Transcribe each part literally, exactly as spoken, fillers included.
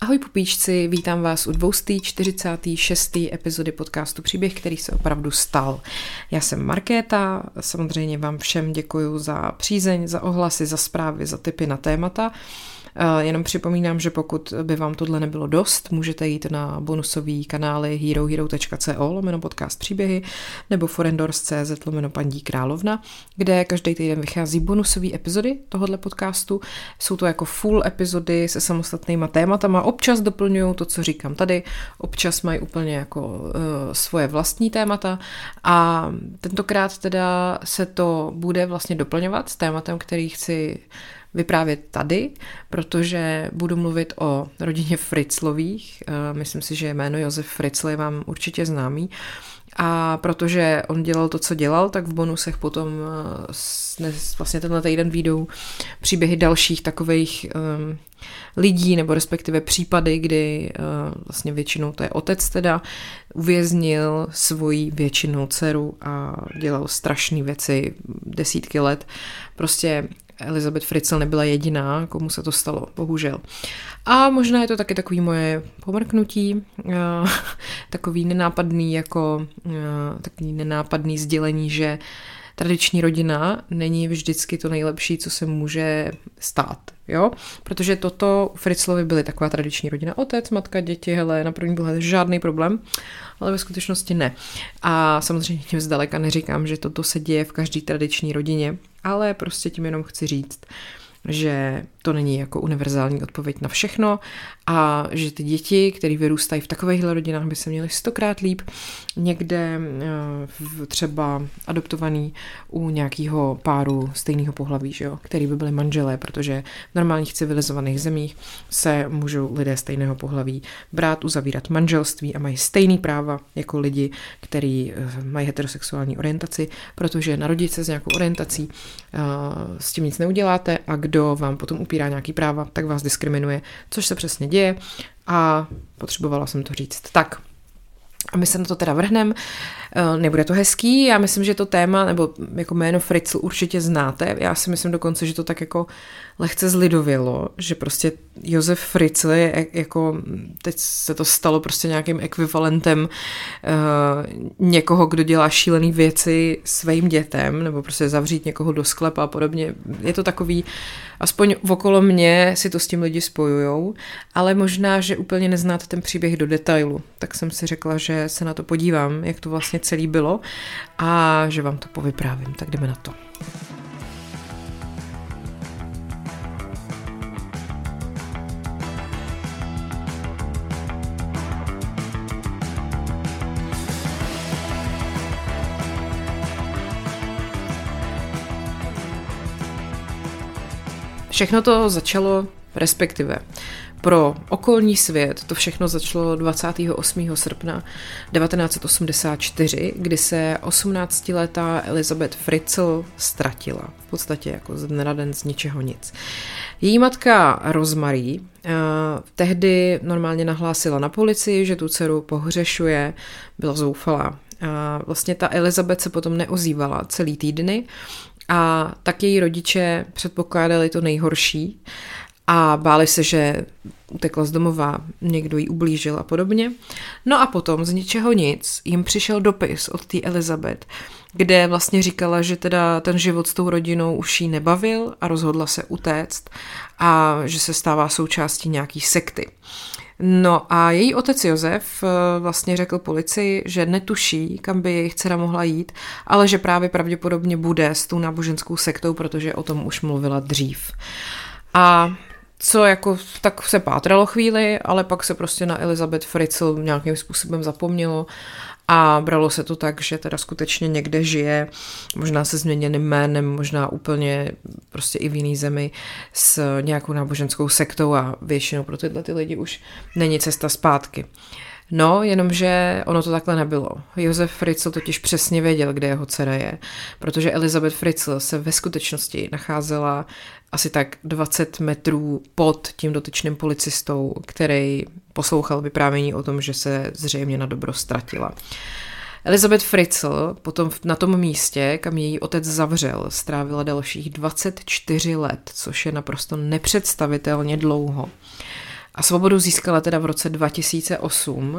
Ahoj pupíčci, vítám vás u dvouset čtyřicáté šesté epizody podcastu Příběh, který se opravdu stal. Já jsem Markéta, samozřejmě vám všem děkuju za přízeň, za ohlasy, za zprávy, za tipy na témata. Jenom připomínám, že pokud by vám tohle nebylo dost, můžete jít na bonusový kanály herohero tečka co lomeno podcast příběhy nebo forendors tečka cz lomeno paní královna, kde každý týden vychází bonusové epizody tohohle podcastu. Jsou to jako full epizody se samostatnýma tématama. Občas doplňují to, co říkám tady, občas mají úplně jako uh, svoje vlastní témata a tentokrát teda se to bude vlastně doplňovat s tématem, který chci vyprávět tady, protože budu mluvit o rodině Fritzlových. Myslím si, že jméno Josef Fritzl je vám určitě známý. A protože on dělal to, co dělal, tak v bonusech potom vlastně tenhle týden vyjdou příběhy dalších takových um, lidí, nebo respektive případy, kdy uh, vlastně většinou to je otec teda, uvěznil svoji většinou dceru a dělal strašné věci desítky let. Prostě Elizabeth Fritzl nebyla jediná, komu se to stalo, bohužel. A možná je to taky takový moje pomrknutí, takový nenápadný jako takový nenápadný sdělení, že tradiční rodina není vždycky to nejlepší, co se může stát, jo? Protože toto u Fritzlovi byly taková tradiční rodina, otec, matka, děti, hele, na první pohled žádný problém, ale ve skutečnosti ne. A samozřejmě tím zdaleka neříkám, že toto se děje v každé tradiční rodině, ale prostě tím jenom chci říct, že to není jako univerzální odpověď na všechno a že ty děti, které vyrůstají v takovýchhle rodinách, by se měly stokrát líp někde třeba adoptovaný u nějakého páru stejného pohlaví, že jo, který by byly manželé, protože v normálních civilizovaných zemích se můžou lidé stejného pohlaví brát, uzavírat manželství a mají stejný práva jako lidi, kteří mají heterosexuální orientaci, protože narodit se s nějakou orientací s tím nic neuděláte a kdo vám potom upírá nějaký práva, tak vás diskriminuje, což se přesně děje a potřebovala jsem to říct. Tak, a my se na to teda vrhneme, nebude to hezký, já myslím, že to téma, nebo jako jméno Fritzl určitě znáte, já si myslím dokonce, že to tak jako lehce zlidovělo, že prostě Josef Fritzl je jako, teď se to stalo prostě nějakým ekvivalentem uh, někoho, kdo dělá šílený věci svým dětem, nebo prostě zavřít někoho do sklepa a podobně. Je to takový, aspoň okolo mě si to s tím lidi spojujou, ale možná, že úplně neznáte ten příběh do detailu, tak jsem si řekla, že se na to podívám, jak to vlastně celý bylo a že vám to povyprávím, tak jdeme na to. Všechno to začalo, respektive pro okolní svět, to všechno začalo dvacátého osmého srpna devatenáct set osmdesát čtyři, kdy se osmnáctiletá Elizabeth Fritzl ztratila. V podstatě jako ze dne na den z ničeho nic. Její matka Rosemary eh, tehdy normálně nahlásila na policii, že tu dceru pohřešuje, byla zoufalá. A vlastně ta Elizabeth se potom neozývala celý týdny a tak její rodiče předpokládali to nejhorší a báli se, že utekla z domova, někdo jí ublížil a podobně. No a potom z ničeho nic jim přišel dopis od té Elizabeth, kde vlastně říkala, že teda ten život s tou rodinou už jí nebavil a rozhodla se utéct a že se stává součástí nějaký sekty. No a její otec Josef vlastně řekl policii, že netuší, kam by jejich dcera mohla jít, ale že právě pravděpodobně bude s tou náboženskou sektou, protože o tom už mluvila dřív. A co jako, tak se pátralo chvíli, ale pak se prostě na Elizabeth Fritzl nějakým způsobem zapomnělo a bralo se to tak, že teda skutečně někde žije, možná se změněným jménem, možná úplně prostě i v jiný zemi s nějakou náboženskou sektou a většinou pro tyhle ty lidi už není cesta zpátky. No, jenomže ono to takhle nebylo. Josef Fritzl totiž přesně věděl, kde jeho dcera je, protože Elizabeth Fritzl se ve skutečnosti nacházela asi tak dvacet metrů pod tím dotyčným policistou, který poslouchal vyprávění o tom, že se zřejmě na dobro ztratila. Elizabeth Fritzl potom na tom místě, kam její otec zavřel, strávila dalších dvacet čtyři let, což je naprosto nepředstavitelně dlouho. A svobodu získala teda v roce dva tisíce osm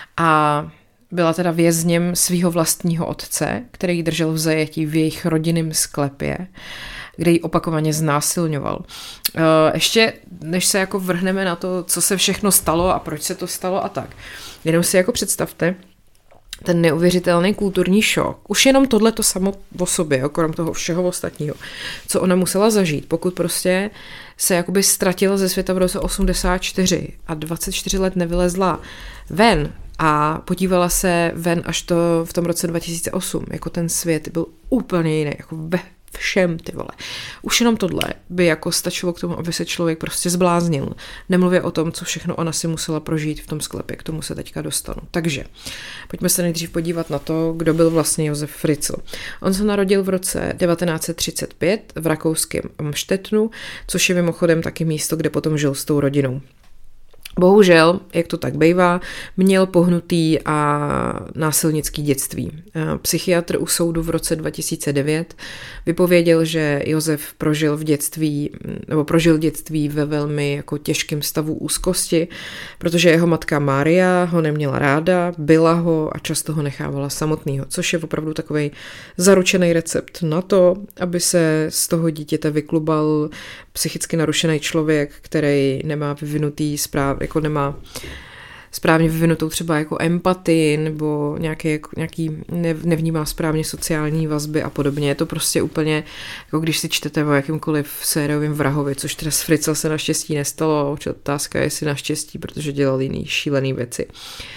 a byla teda vězněm svého vlastního otce, který ji držel v zajetí v jejich rodinném sklepě, kde ji opakovaně znásilňoval. Ještě než se jako vrhneme na to, co se všechno stalo a proč se to stalo a tak, jenom si jako představte ten neuvěřitelný kulturní šok. Už jenom tohle to samo o sobě, jo, krom toho všeho ostatního, co ona musela zažít, pokud prostě se jakoby ztratila ze světa v roce osmdesát čtyři a dvacet čtyři let nevylezla ven a podívala se ven až to v tom roce dva tisíce osm, jako ten svět byl úplně jiný, jako ve všem, ty vole. Už jenom tohle by jako stačilo k tomu, aby se člověk prostě zbláznil. Nemluvě o tom, co všechno ona si musela prožít v tom sklepě, k tomu se teďka dostanu. Takže pojďme se nejdřív podívat na to, kdo byl vlastně Josef Fritzl. On se narodil v roce devatenáct set třicet pět v rakouském Amstettenu, což je mimochodem taky místo, kde potom žil s tou rodinou. Bohužel, jak to tak bývá, měl pohnutý a násilnický dětství. Psychiatr u soudu v roce dva tisíce devět vypověděl, že Josef prožil v dětství, nebo prožil dětství ve velmi jako těžkém stavu úzkosti, protože jeho matka Mária ho neměla ráda, byla ho a často ho nechávala samotného, což je opravdu takovej zaručený recept na to, aby se z toho dítěte vyklubal psychicky narušený člověk, který nemá vyvinutý správ, jako nemá správně vyvinutou třeba jako empatii nebo nějaký, jako, nějaký nevnímá správně sociální vazby a podobně. Je to prostě úplně, jako když si čtete o jakýmkoliv sériovým vrahovi, což teda s Fritzl se naštěstí nestalo. Otázka je, jestli naštěstí, protože dělal jiný šílený věci.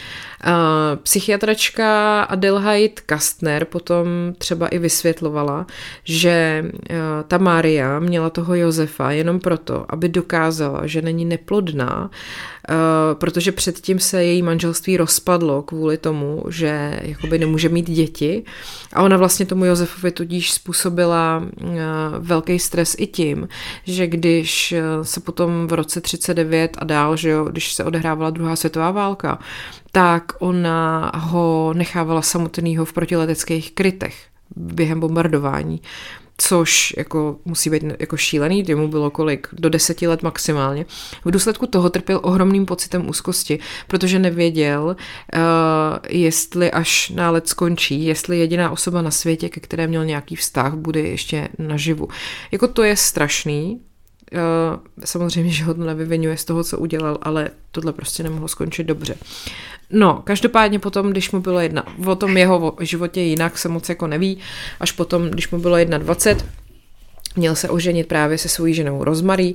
Uh, psychiatračka Adelheid Kastner potom třeba i vysvětlovala, že uh, ta Mária měla toho Josefa jenom proto, aby dokázala, že není neplodná, uh, protože předtím se její manželství rozpadlo kvůli tomu, že jakoby nemůže mít děti a ona vlastně tomu Josefovi tudíž způsobila uh, velký stres i tím, že když uh, se potom v roce třicet devět a dál, že jo, když se odehrávala druhá světová válka, tak ona ho nechávala samotného v protileteckých krytech během bombardování, což jako musí být jako šílený, jemu bylo kolik, do deseti let maximálně. V důsledku toho trpěl ohromným pocitem úzkosti, protože nevěděl, uh, jestli až nálet skončí, jestli jediná osoba na světě, ke které měl nějaký vztah, bude ještě naživu. Jako to je strašný. Uh, samozřejmě, že ho to nevyvinuje z toho, co udělal, ale tohle prostě nemohlo skončit dobře. No, každopádně potom, když mu bylo jedna, o tom jeho životě jinak se moc jako neví, až potom, když mu bylo dvacet jedna, měl se oženit právě se svojí ženou Rosemary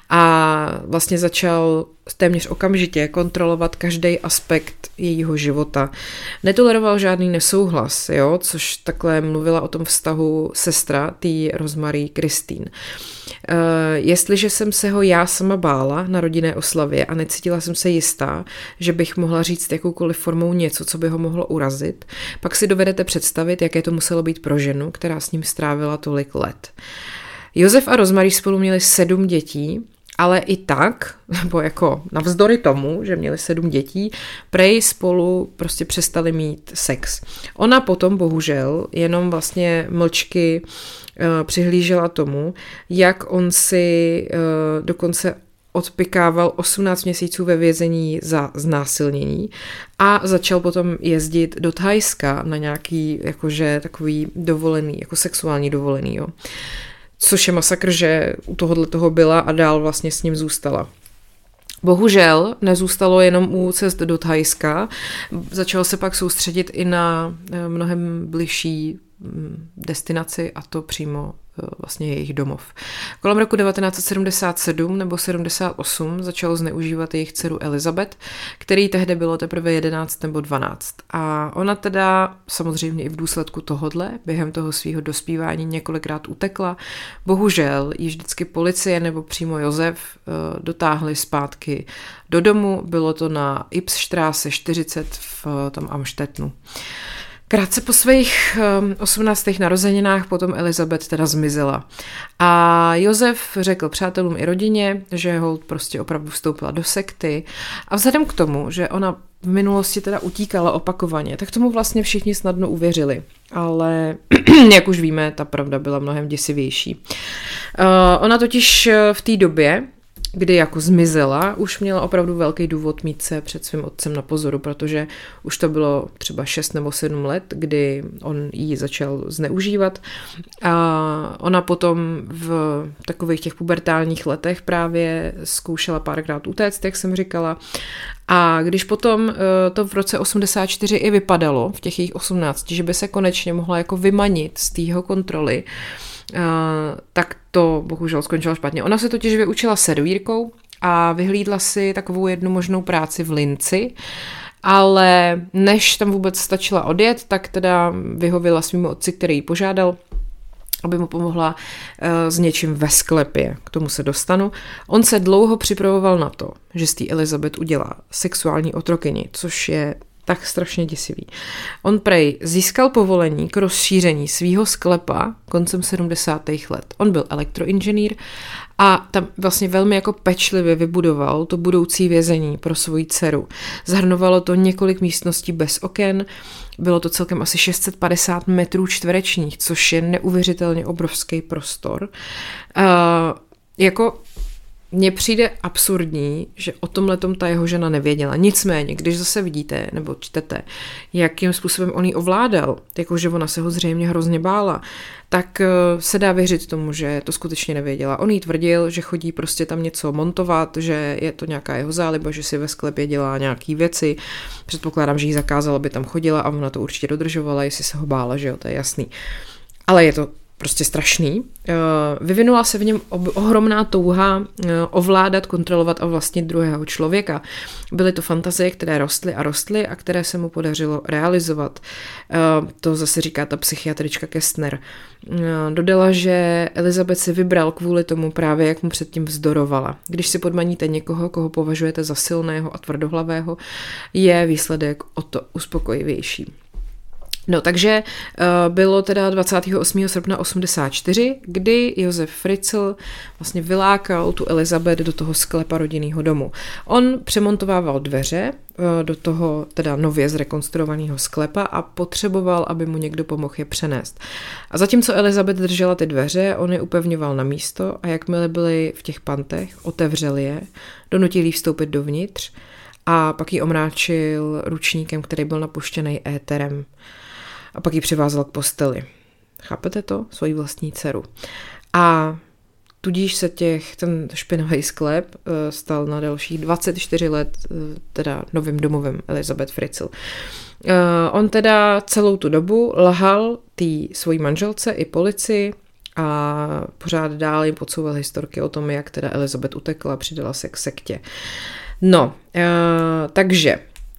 a vlastně začal téměř okamžitě kontrolovat každý aspekt jejího života. Netoleroval žádný nesouhlas, jo, což takhle mluvila o tom vztahu sestra tý Rosemary Christine. Uh, jestliže jsem se ho já sama bála na rodinné oslavě a necítila jsem se jistá, že bych mohla říct jakoukoliv formou něco, co by ho mohlo urazit, pak si dovedete představit, jaké to muselo být pro ženu, která s ním strávila tolik let. Josef a Rosemary spolu měli sedm dětí, ale i tak, nebo jako navzdory tomu, že měli sedm dětí, prej spolu prostě přestali mít sex. Ona potom bohužel jenom vlastně mlčky uh, přihlížela tomu, jak on si uh, dokonce odpykával osmnáct měsíců ve vězení za znásilnění a začal potom jezdit do Thajska na nějaký jakože takový dovolený, jako sexuální dovolený, jo. Což je masakr, že u tohohle toho byla a dál vlastně s ním zůstala. Bohužel nezůstalo jenom u cest do Thajska, začal se pak soustředit i na mnohem bližší destinaci a to přímo vlastně jejich domov. Kolem roku devatenáct set sedmdesát sedm nebo sedmdesát osm začal zneužívat jejich dceru Elizabeth, který tehdy bylo teprve jedenáct nebo dvanáct. A ona teda samozřejmě i v důsledku tohodle během toho svého dospívání několikrát utekla. Bohužel ji vždycky policie nebo přímo Josef dotáhli zpátky do domu. Bylo to na Ypsstraße čtyřicet v tom Amstettenu. Krátce po svých osmnáctých narozeninách potom Elizabeth teda zmizela. A Josef řekl přátelům i rodině, že Holt prostě opravdu vstoupila do sekty. A vzhledem k tomu, že ona v minulosti teda utíkala opakovaně, tak tomu vlastně všichni snadno uvěřili. Ale jak už víme, ta pravda byla mnohem děsivější. Ona totiž v té době kdy jako zmizela, už měla opravdu velký důvod mít se před svým otcem na pozoru, protože už to bylo třeba šest nebo sedm let, kdy on ji začal zneužívat a ona potom v takových těch pubertálních letech právě zkoušela párkrát utéct, jak jsem říkala. A když potom to v roce osmdesát čtyři i vypadalo, v těch jejich osmnácti, že by se konečně mohla jako vymanit z tého kontroly, Uh, tak to bohužel skončilo špatně. Ona se totiž vyučila servírkou a vyhlídla si takovou jednu možnou práci v Linci, ale než tam vůbec stačila odjet, tak teda vyhověla svým otci, který ji požádal, aby mu pomohla uh, s něčím ve sklepě. K tomu se dostanu. On se dlouho připravoval na to, že z té Elizabeth udělá sexuální otrokyni, což je tak strašně děsivý. On prej získal povolení k rozšíření svýho sklepa koncem sedmdesátých let. On byl elektroinženýr a tam vlastně velmi jako pečlivě vybudoval to budoucí vězení pro svoji dceru. Zahrnovalo to několik místností bez oken, bylo to celkem asi šest set padesát metrů čtverečních, což je neuvěřitelně obrovský prostor. Uh, jako mně přijde absurdní, že o tomhletom ta jeho žena nevěděla. Nicméně, když zase vidíte nebo čtete, jakým způsobem on ji ovládal, jakože ona se ho zřejmě hrozně bála, tak se dá věřit tomu, že to skutečně nevěděla. On jí tvrdil, že chodí prostě tam něco montovat, že je to nějaká jeho záliba, že si ve sklepě dělá nějaký věci. Předpokládám, že jí zakázala, aby tam chodila a ona to určitě dodržovala, jestli se ho bála, že jo, to je jasný. Ale je to prostě strašný. Vyvinula se v něm ohromná touha ovládat, kontrolovat a vlastnit druhého člověka. Byly to fantazie, které rostly a rostly a které se mu podařilo realizovat. To zase říká ta psychiatrička Kestner. Dodala, že Elizabeth si vybral kvůli tomu právě, jak mu předtím vzdorovala. Když si podmaníte někoho, koho považujete za silného a tvrdohlavého, je výsledek o to uspokojivější. No, takže uh, bylo teda dvacátého osmého srpna osmdesát čtyři, kdy Josef Fritzl vlastně vylákal tu Elizabeth do toho sklepa rodinného domu. On přemontovával dveře uh, do toho teda nově zrekonstruovaného sklepa a potřeboval, aby mu někdo pomohl je přenést. A zatímco Elizabeth držela ty dveře, on je upevňoval na místo a jakmile byly v těch pantech, otevřel je, donutili vstoupit dovnitř a pak ji omráčil ručníkem, který byl napuštěný éterem. A pak ji přivázal k posteli. Chápete to? Svoji vlastní dceru. A tudíž se těch, ten špinavý sklep stal na dalších dvacet čtyři let teda novým domovem Elizabeth Fritzl. On teda celou tu dobu lhal té svojí manželce i policii a pořád dál jim podsouval historky o tom, jak teda Elizabeth utekla a přidala se k sektě. No, takže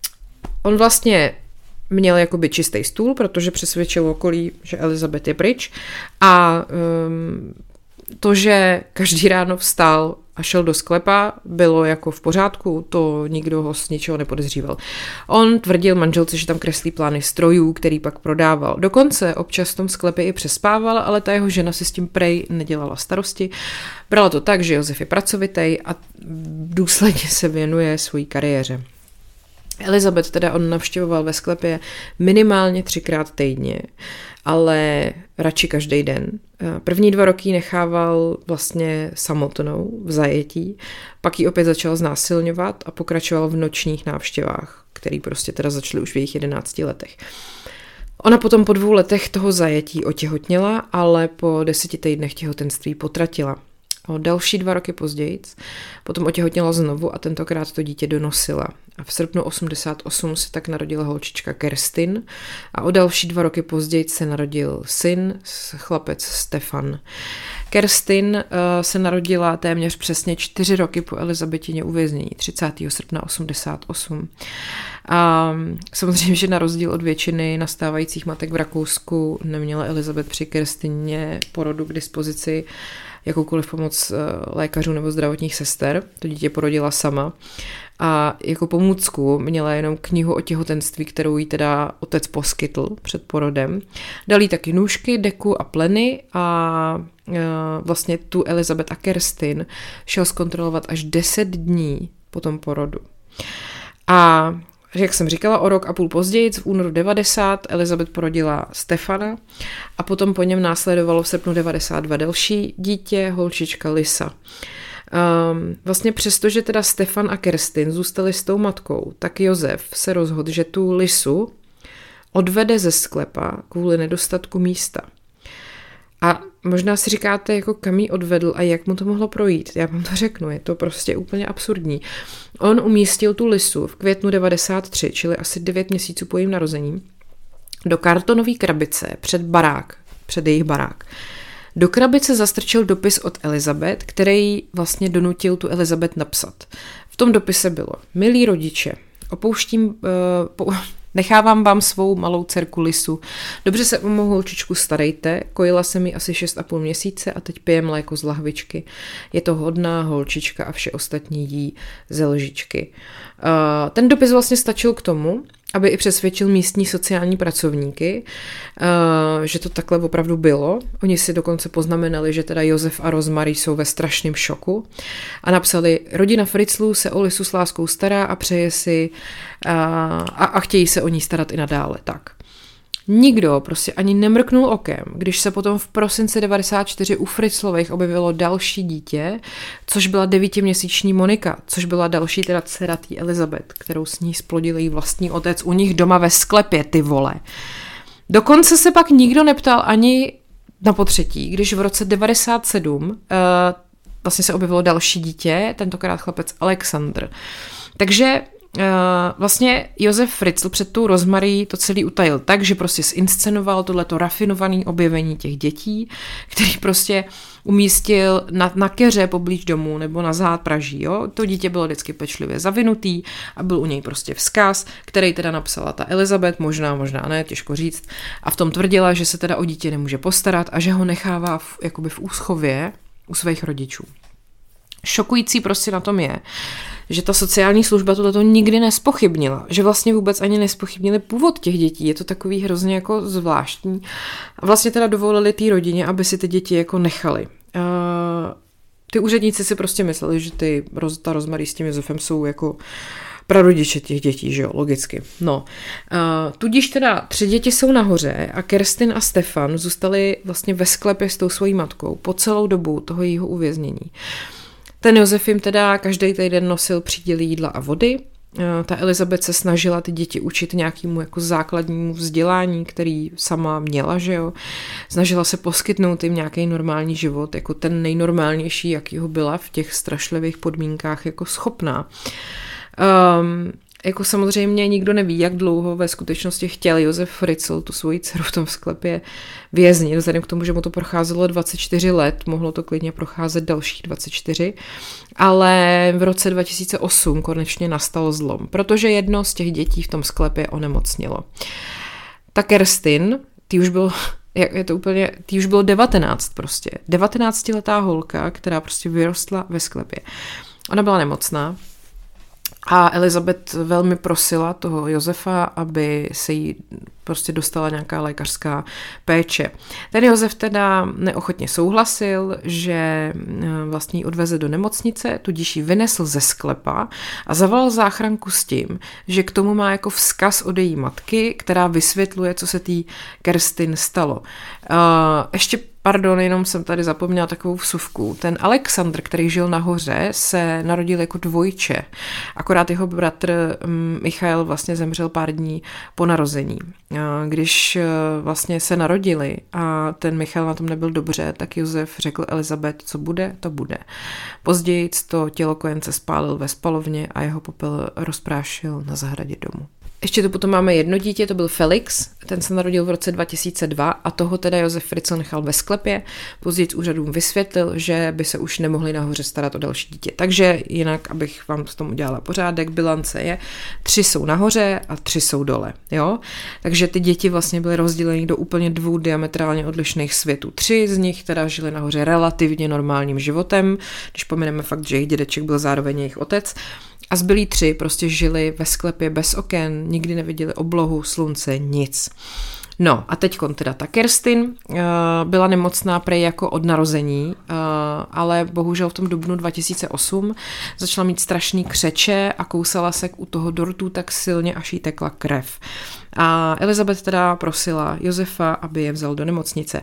on vlastně měl jakoby čistý stůl, protože přesvědčil okolí, že Elizabeth je pryč a um, to, že každý ráno vstal a šel do sklepa, bylo jako v pořádku, to nikdo ho z ničeho nepodezříval. On tvrdil manželce, že tam kreslí plány strojů, který pak prodával. Dokonce občas v tom sklepě i přespával, ale ta jeho žena si s tím prej nedělala starosti. Brala to tak, že Josef je pracovitej a důsledně se věnuje své kariéře. Elizabeth teda on navštěvoval ve sklepě minimálně třikrát týdně, ale radši každý den. První dva roky nechával vlastně samotnou v zajetí, pak ji opět začal znásilňovat a pokračoval v nočních návštěvách, které prostě teda začaly už v jejich jedenácti letech. Ona potom po dvou letech toho zajetí otěhotněla, ale po deseti týdnech těhotenství potratila. O další dva roky později potom otěhotněla znovu a tentokrát to dítě donosila. A v srpnu osmdesát osm se tak narodila holčička Kerstin a o další dva roky později se narodil syn, chlapec Stefan. Kerstin uh, se narodila téměř přesně čtyři roky po Elizabetině uvěznění, třicátého srpna osmdesát osm. A samozřejmě, že na rozdíl od většiny nastávajících matek v Rakousku neměla Elizabeth při Kerstině porodu k dispozici jakoukoliv pomoc lékařů nebo zdravotních sester. To dítě porodila sama. A jako pomůcku měla jenom knihu o těhotenství, kterou jí teda otec poskytl před porodem. Dal jí taky nůžky, deku a pleny a vlastně tu Elizabeth a Kerstin šel zkontrolovat až deset dní po tom porodu. A jak jsem říkala, o rok a půl později, v únoru devadesát, Elizabeth porodila Stefana a potom po něm následovalo v srpnu devadesát dva další dítě, holčička Lisa. Um, vlastně přesto, že teda Stefan a Kerstin zůstali s tou matkou, tak Josef se rozhodl, že tu Lisu odvede ze sklepa kvůli nedostatku místa. A možná si říkáte, jako kam jí odvedl a jak mu to mohlo projít. Já vám to řeknu, je to prostě úplně absurdní. On umístil tu Lisu v květnu devadesát tři, čili asi devět měsíců po jejím narození, do kartonové krabice před barák, před jejich barák. Do krabice zastrčil dopis od Elizabeth, který vlastně donutil tu Elizabeth napsat. V tom dopise bylo: milí rodiče, opouštím... Uh, po, Nechávám vám svou malou dcerku Lisu. Dobře se o mou holčičku starejte, kojila se mi asi šest a půl měsíce a teď pije mléko z lahvičky. Je to hodná holčička a vše ostatní jí ze lžičky. Uh, ten dopis vlastně stačil k tomu, aby i přesvědčil místní sociální pracovníky, uh, že to takhle opravdu bylo. Oni si dokonce poznamenali, že teda Josef a Rosemary jsou ve strašném šoku a napsali: rodina Fritzlů se o Lisu s láskou stará a přeje si uh, a, a chtějí se o ní starat i nadále. Tak. Nikdo prostě ani nemrknul okem, když se potom v prosinci devadesát čtyři u Fritzlových objevilo další dítě, což byla devítiměsíční Monika, což byla další teda dcera té Elizabeth, kterou s ní splodil její vlastní otec u nich doma ve sklepě, ty vole. Dokonce se pak nikdo neptal ani na potřetí, když v roce devadesát sedm uh, vlastně se objevilo další dítě, tentokrát chlapec Alexandr. Takže Uh, vlastně Josef Fritzl před tou Rosemary to celý utajil tak, že prostě zinscenoval tohleto rafinované objevení těch dětí, který prostě umístil na, na keře poblíž domu nebo na zápraží. Jo? To dítě bylo vždycky pečlivě zavinutý a byl u něj prostě vzkaz, který teda napsala ta Elizabeth, možná, možná ne, těžko říct, a v tom tvrdila, že se teda o dítě nemůže postarat a že ho nechává v, jakoby v úschově u svých rodičů. Šokující prostě na tom je, že ta sociální služba tohleto nikdy nespochybnila, že vlastně vůbec ani nespochybnili původ těch dětí, je to takový hrozně jako zvláštní. A vlastně teda dovolili té rodině, aby si ty děti jako nechali. Uh, ty úředníci si prostě mysleli, že ty, ta Rosemary s tím Josefem jsou jako prarodiče těch dětí, že jo, logicky. No, uh, tudíž teda tři děti jsou nahoře a Kerstin a Stefan zůstali vlastně ve sklepě s tou svojí matkou po celou dobu toho jejího uvěznění. Ten Josef jim teda každý týden nosil příděly jídla a vody. Ta Elizabeth se snažila ty děti učit nějakému jako základnímu vzdělání, který sama měla, že jo. Snažila se poskytnout jim nějaký normální život, jako ten nejnormálnější, jakýho byla v těch strašlivých podmínkách jako schopná. Um, Jako samozřejmě nikdo neví, jak dlouho ve skutečnosti chtěl Josef Fritzl tu svoji dceru v tom sklepě věznit. Vzhledem k tomu, že mu to procházelo dvacet čtyři let, mohlo to klidně procházet dalších dvacet čtyři, ale v roce dva tisíce osm konečně nastal zlom, protože jedno z těch dětí v tom sklepě onemocnilo. Ta Kerstin, ty už bylo, je to úplně, ty už bylo devatenáct prostě, devatenáctiletá holka, která prostě vyrostla ve sklepě. Ona byla nemocná. A Elizabeth velmi prosila toho Josefa, aby se jí prostě dostala nějaká lékařská péče. Ten Josef teda neochotně souhlasil, že vlastně ji odveze do nemocnice, tudíž ji vynesl ze sklepa a zavolal záchranku s tím, že k tomu má jako vzkaz od její matky, která vysvětluje, co se tý Kerstin stalo. Uh, ještě Pardon, jenom jsem tady zapomněla takovou vsuvku. Ten Alexandr, který žil nahoře, se narodil jako dvojče. Akorát jeho bratr Michael vlastně zemřel pár dní po narození. Když vlastně se narodili a ten Michael na tom nebyl dobře, tak Josef řekl Elizabeth, co bude, to bude. Později to tělo kojence spálil ve spalovně a jeho popel rozprášil na zahradě domu. Ještě tu potom máme jedno dítě, to byl Felix, ten se narodil v roce dva tisíce dva a toho teda Josef Fritzl nechal ve sklepě. Později úřadům vysvětlil, že by se už nemohli nahoře starat o další dítě. Takže jinak, abych vám s tom udělala pořádek, bilance je, tři jsou nahoře a tři jsou dole. Jo? Takže ty děti vlastně byly rozděleny do úplně dvou diametrálně odlišných světů. Tři z nich teda žili nahoře relativně normálním životem, když pomineme fakt, že jejich dědeček byl zároveň jejich otec. A zbylí tři prostě žili ve sklepě bez oken, nikdy neviděli oblohu, slunce, nic. No a teďkon teda ta Kerstin uh, byla nemocná prej jako od narození, uh, ale bohužel v tom dubnu dva tisíce osm začala mít strašný křeče a kousala se u toho dortu tak silně, až jí tekla krev. A Elizabeth teda prosila Josefa, aby je vzal do nemocnice.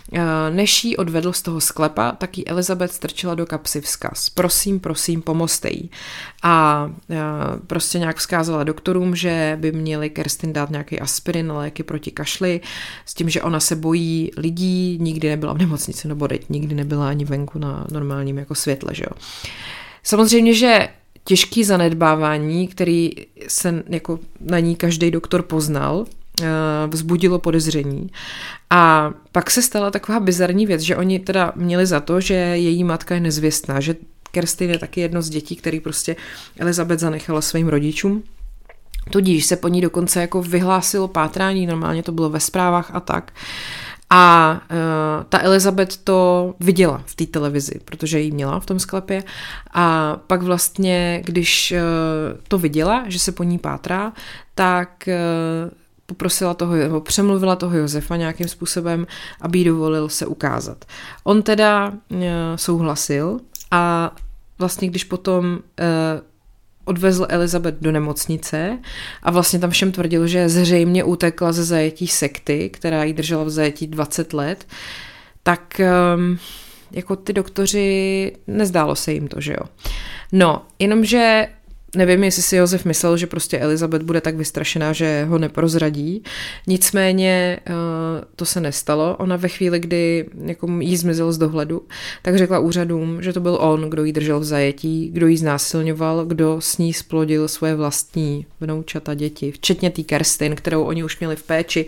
Než jí odvedl z toho sklepa, tak jí Elizabeth strčila do kapsy vzkaz. Prosím, prosím, pomozte jí. A prostě nějak vzkázala doktorům, že by měli Kerstin dát nějaký aspirin, léky proti kašli, s tím, že ona se bojí lidí, nikdy nebyla v nemocnici, nebo teď nikdy nebyla ani venku na normálním jako světle, že jo. Samozřejmě, že těžký zanedbávání, který se jako na ní každý doktor poznal, vzbudilo podezření. A pak se stala taková bizarní věc, že oni teda měli za to, že její matka je nezvěstná, že Kerstin je taky jedno z dětí, který prostě Elizabeth zanechala svým rodičům. Tudíž se po ní dokonce jako vyhlásilo pátrání, normálně to bylo ve zprávách a tak. A uh, ta Elizabeth to viděla v té televizi, protože ji měla v tom sklepě. A pak vlastně, když uh, to viděla, že se po ní pátrá, tak uh, poprosila toho, nebo přemluvila toho Josefa nějakým způsobem, aby jí dovolil se ukázat. On teda uh, souhlasil a vlastně, když potom uh, odvezl Elizabeth do nemocnice a vlastně tam všem tvrdil, že zřejmě utekla ze zajetí sekty, která jí držela v zajetí dvacet let, tak um, jako ty doktoři, nezdálo se jim to, že jo. No, jenomže nevím, jestli si Josef myslel, že prostě Elizabeth bude tak vystrašená, že ho neprozradí. Nicméně to se nestalo. Ona ve chvíli, kdy jako jí zmizel z dohledu, tak řekla úřadům, že to byl on, kdo jí držel v zajetí, kdo jí znásilňoval, kdo s ní splodil svoje vlastní vnoučata, děti, včetně té Kerstin, kterou oni už měli v péči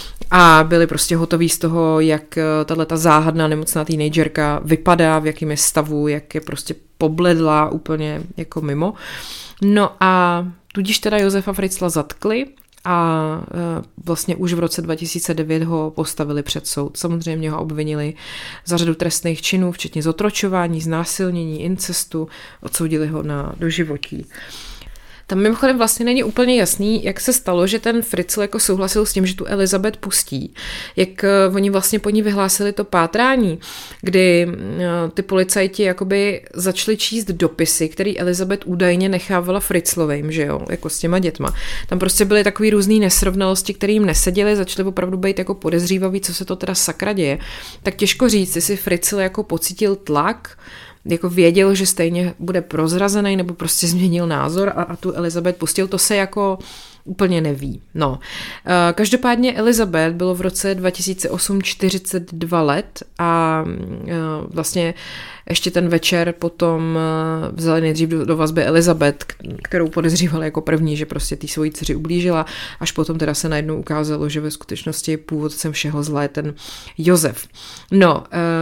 a byli prostě hotoví z toho, jak tato záhadná nemocná teenagerka vypadá, v jakém je stavu, jak je prostě pobledlá úplně jako mimo. No a tudíž teda Josefa Fritzla zatkli a vlastně už v roce dva tisíce devět ho postavili před soud. Samozřejmě ho obvinili za řadu trestných činů, včetně zotročování, znásilnění, incestu, odsoudili ho na doživotí. Tam mimochodem vlastně není úplně jasný, jak se stalo, že ten Fritzl jako souhlasil s tím, že tu Elizabeth pustí. Jak uh, oni vlastně po ní vyhlásili to pátrání, kdy uh, ty policajti jakoby začali číst dopisy, který Elizabeth údajně nechávala Fritzlovým, že jo, jako s těma dětma. Tam prostě byly takový různý nesrovnalosti, které jim neseděly, začaly opravdu být jako podezřívaví, co se to teda sakra děje. Tak těžko říct, jestli Fritzl jako pocítil tlak, jako věděl, že stejně bude prozrazený, nebo prostě změnil názor a, a tu Elizabeth pustil, to se jako úplně neví. No. Každopádně Elizabeth bylo v roce dva tisíce osm čtyřicet dva let a vlastně ještě ten večer potom vzali nejdřív do, do vazby Elizabeth, kterou podezřívali jako první, že prostě té svojí dceři ublížila, až potom teda se najednou ukázalo, že ve skutečnosti původcem všeho zla je ten Josef. No,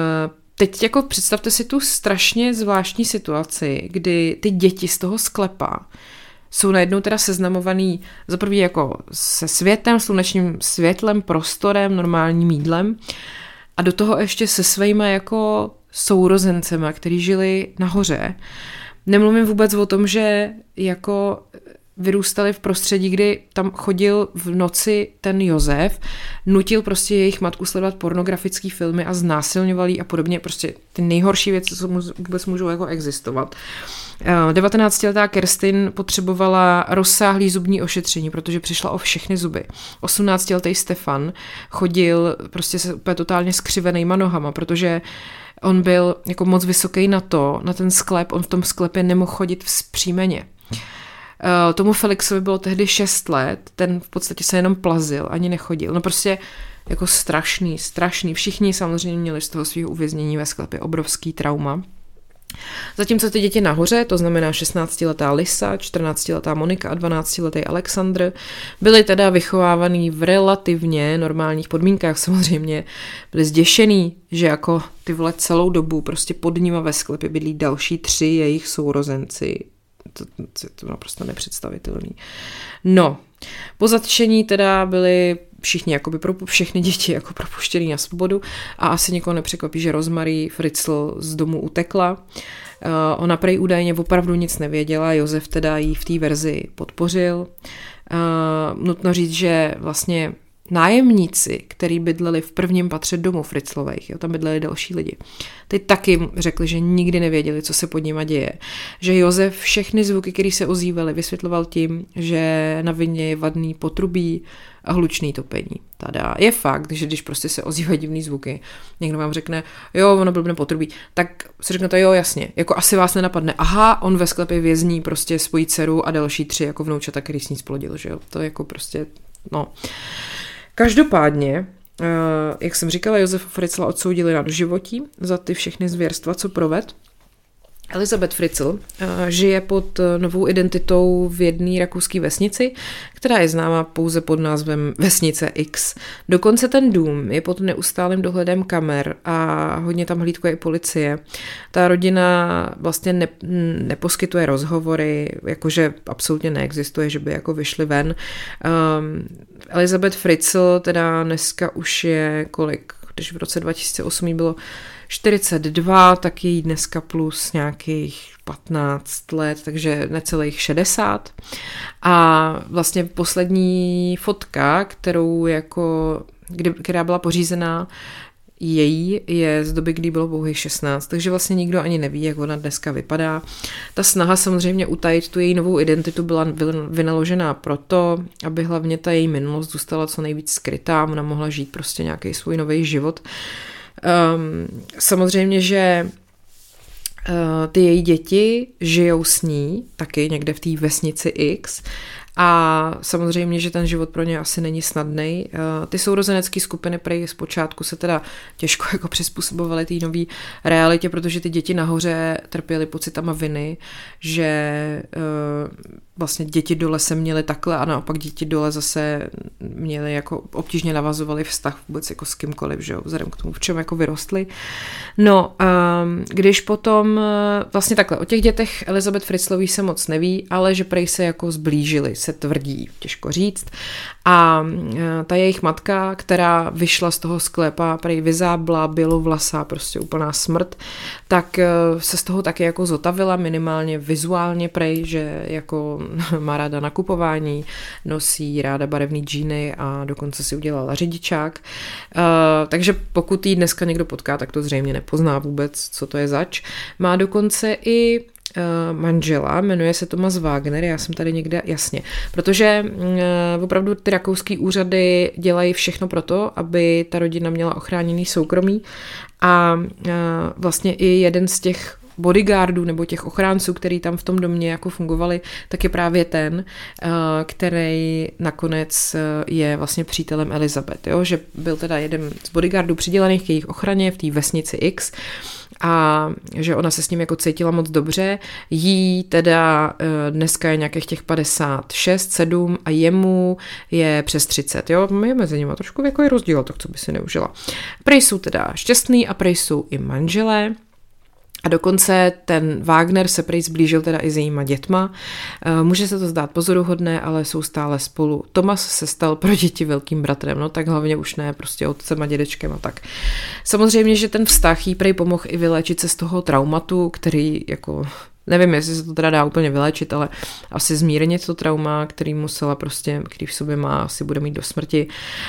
teď jako představte si tu strašně zvláštní situaci, kdy ty děti z toho sklepa jsou najednou teda seznamovaný za první jako se světem, slunečním světlem, prostorem, normálním jídlem a do toho ještě se svýma jako sourozencema, který žili nahoře. Nemluvím vůbec o tom, že jako vyrůstali v prostředí, kdy tam chodil v noci ten Josef, nutil prostě jejich matku sledovat pornografické filmy a znásilňoval jí a podobně, prostě ty nejhorší věci, co vůbec můžou jako existovat. devatenáctiletá Kerstin potřebovala rozsáhlý zubní ošetření, protože přišla o všechny zuby. osmnáctiletý Stefan chodil prostě se úplně totálně skřivenýma nohama, protože on byl jako moc vysoký na to, na ten sklep, on v tom sklepě nemohl chodit vzpřímeně. Uh, tomu Felixovi bylo tehdy šest let, ten v podstatě se jenom plazil, ani nechodil. No prostě jako strašný, strašný. Všichni samozřejmě měli z toho svého uvěznění ve sklepě obrovský trauma. Zatímco ty děti nahoře, to znamená šestnáctiletá Lisa, čtrnáctiletá Monika a dvanáctiletý Alexandr, byli teda vychovávaný v relativně normálních podmínkách. Samozřejmě byli zděšený, že jako ty vole celou dobu prostě pod nima ve sklepě bydlí další tři jejich sourozenci. To, to, to naprosto nepředstavitelný. No, po zatčení teda byli všichni, jakoby pro, všechny děti jako propuštěný na svobodu a asi nikoho nepřekvapí, že Rosemary Fritzl z domu utekla. Uh, ona prej údajně opravdu nic nevěděla, Josef teda jí v té verzi podpořil. Uh, nutno říct, že vlastně nájemníci, který bydleli v prvním patře domu Fritzlových, jo, tam bydleli další lidi, ty taky řekli, že nikdy nevěděli, co se pod nima děje. Že Josef všechny zvuky, které se ozývaly, vysvětloval tím, že na vině je vadný potrubí a hlučný topení. Tada. Je fakt, že když prostě se ozývají divný zvuky, někdo vám řekne, jo, ono blbne potrubí, tak si řeknete, jo, jasně, jako asi vás nenapadne, aha, on ve sklepě vězní prostě svoji dceru a další tři jako vnoučata, který s ní splodil, že jo, to je jako prostě, no. Každopádně, jak jsem říkala, Josefa Fritzla odsoudili na doživotí za ty všechny zvěrstva, co proved. Elizabeth Fritzl žije pod novou identitou v jedné rakouské vesnici, která je známa pouze pod názvem Vesnice X. Dokonce ten dům je pod neustálým dohledem kamer a hodně tam hlídkuje i policie. Ta rodina vlastně ne, neposkytuje rozhovory, jakože absolutně neexistuje, že by jako vyšli ven. Um, Elizabeth Fritzl teda dneska už je kolik, když v roce dva tisíce osm jí bylo čtyřicet dva, tak je jí dneska plus nějakých patnáct let, takže necelých šedesát. A vlastně poslední fotka, kterou jako, kdy, která byla pořízená její, je z doby, kdy bylo pouhých šestnáct, takže vlastně nikdo ani neví, jak ona dneska vypadá. Ta snaha samozřejmě utajit tu její novou identitu byla vynaložená proto, aby hlavně ta její minulost zůstala co nejvíc skrytá, ona mohla žít prostě nějaký svůj nový život. Um, samozřejmě, že uh, ty její děti žijou s ní taky někde v té vesnici X a samozřejmě, že ten život pro ně asi není snadný. Uh, ty sourozenecké skupiny prej zpočátku se teda těžko jako přizpůsobovaly té nové realitě, protože ty děti nahoře trpěly pocitama viny, že uh, vlastně děti dole se měly takhle a naopak děti dole zase měly jako obtížně navazovaly vztah vůbec jako s kýmkoliv, že jo, vzhledem k tomu, v čem jako vyrostly. No, um, když potom vlastně takhle, o těch dětech Elizabeth Fritzlový se moc neví, ale že prej se jako zblížili, se tvrdí, těžko říct. A ta jejich matka, která vyšla z toho sklepa, prej vyzábla, bělovlasá, prostě úplná smrt, tak se z toho taky jako zotavila, minimálně vizuálně prej, že jako má ráda nakupování, nosí ráda barevný džíny a dokonce si udělala řidičák. Uh, takže pokud jí dneska někdo potká, tak to zřejmě nepozná vůbec, co to je zač. Má dokonce i uh, manžela, jmenuje se Thomas Wagner, já jsem tady někde, jasně, protože uh, opravdu ty rakouský úřady dělají všechno pro to, aby ta rodina měla ochráněný soukromí a uh, vlastně i jeden z těch bodyguardů nebo těch ochránců, který tam v tom domě jako fungovali, tak je právě ten, který nakonec je vlastně přítelem Elizabeth, jo? Že byl teda jeden z bodyguardů přidělených k jejich ochraně v té vesnici X a že ona se s ním jako cítila moc dobře. Jí teda dneska je nějakých těch padesát šest, sedm a jemu je přes třicet, jo? Je mezi nimi trošku věkový rozdíl, tak co by si neužila. Prej jsou teda šťastný a prej jsou i manželé. A dokonce ten Wagner se prej zblížil teda i s jejíma dětma. Může se to zdát pozoruhodné, ale jsou stále spolu. Thomas se stal pro děti velkým bratrem, no tak hlavně už ne prostě otcem a dědečkem a tak. Samozřejmě, že ten vztah jí prej pomohl i vylečit se z toho traumatu, který jako... Nevím, jestli se to teda dá úplně vylečit, ale asi zmírnit to trauma, který musela prostě, který v sobě má, asi bude mít do smrti.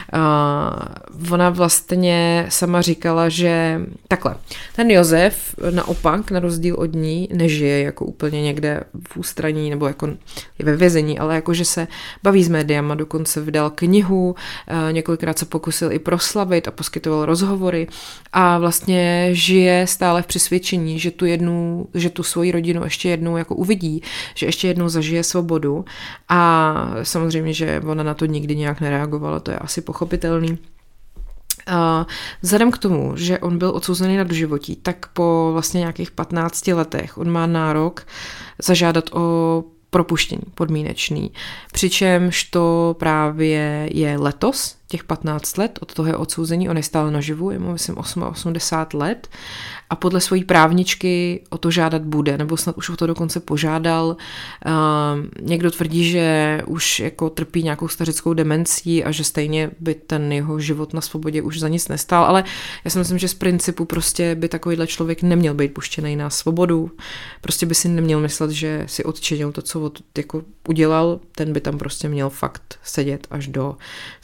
Uh, ona vlastně sama říkala, že takhle, ten Josef naopak, na rozdíl od ní, nežije jako úplně někde v ústraní nebo jako je ve vězení, ale jako, že se baví s médiama, dokonce vydal knihu, uh, několikrát se pokusil i proslavit a poskytoval rozhovory a vlastně žije stále v přesvědčení, že tu jednu, že tu svoji rodinu ještě jednou jako uvidí, že ještě jednou zažije svobodu a samozřejmě, že ona na to nikdy nějak nereagovala, to je asi pochopitelný. A vzhledem k tomu, že on byl odsouzený na doživotí, tak po vlastně nějakých patnácti letech on má nárok zažádat o propuštění podmínečný. Přičemž to právě je letos, těch patnáct let, od toho je odsouzení, on je stále naživu, je mu myslím osmdesát let a podle svojí právničky o to žádat bude, nebo snad už o to dokonce požádal. Uh, někdo tvrdí, že už jako trpí nějakou stařickou demencí a že stejně by ten jeho život na svobodě už za nic nestál, ale já si myslím, že z principu prostě by takovýhle člověk neměl být puštěný na svobodu, prostě by si neměl myslet, že si odčinil to, co od, jako udělal, ten by tam prostě měl fakt sedět až do smrti.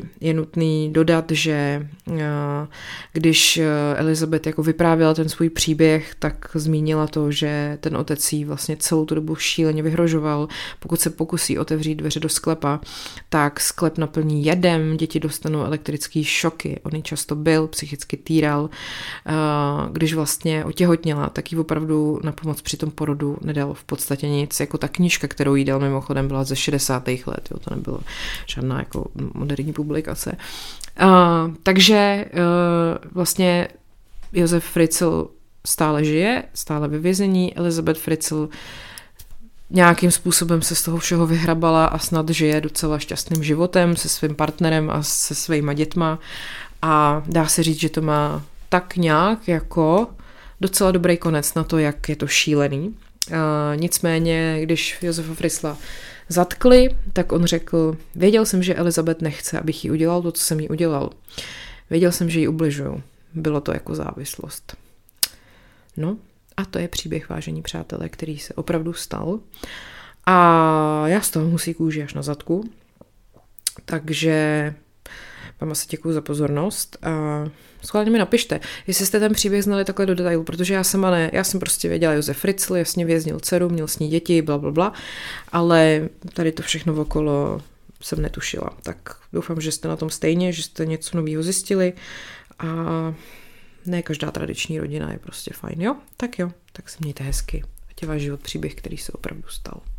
je nutný dodat, že když Elizabeth jako vyprávěla ten svůj příběh, tak zmínila to, že ten otec jí vlastně celou tu dobu šíleně vyhrožoval. Pokud se pokusí otevřít dveře do sklepa, tak sklep naplní jedem, děti dostanou elektrický šoky. On jí často byl, psychicky týral. Když vlastně otěhotněla, tak jí opravdu na pomoc při tom porodu nedal v podstatě nic. Jako ta knížka, kterou jí dal mimochodem, byla ze šedesátých let. Jo, to nebylo žádná jako moderní publikace. Uh, takže uh, vlastně Josef Fritzl stále žije, stále ve vězení. Elizabeth Fritzl nějakým způsobem se z toho všeho vyhrabala a snad žije docela šťastným životem se svým partnerem a se svýma dětma. A dá se říct, že to má tak nějak jako docela dobrý konec na to, jak je to šílený. Uh, nicméně, když Josefa Fritzla zatkli, tak on řekl, věděl jsem, že Elizabeth nechce, abych jí udělal to, co jsem jí udělal. Věděl jsem, že jí ubližuju. Bylo to jako závislost. No a to je příběh, vážení přátelé, který se opravdu stal. A já z toho musí kůži až na zadku. Takže vám asi děkuju za pozornost a schválně mi napište, jestli jste ten příběh znali takhle do detailu, protože já sama ne, já jsem prostě věděla, Josef Fritzl jasně věznil dceru, měl s ní děti, bla, bla, bla, ale tady to všechno okolo jsem netušila. Tak doufám, že jste na tom stejně, že jste něco nového zjistili a ne každá tradiční rodina je prostě fajn, jo? Tak jo, tak se mějte hezky. Ať je váš život příběh, který se opravdu stal.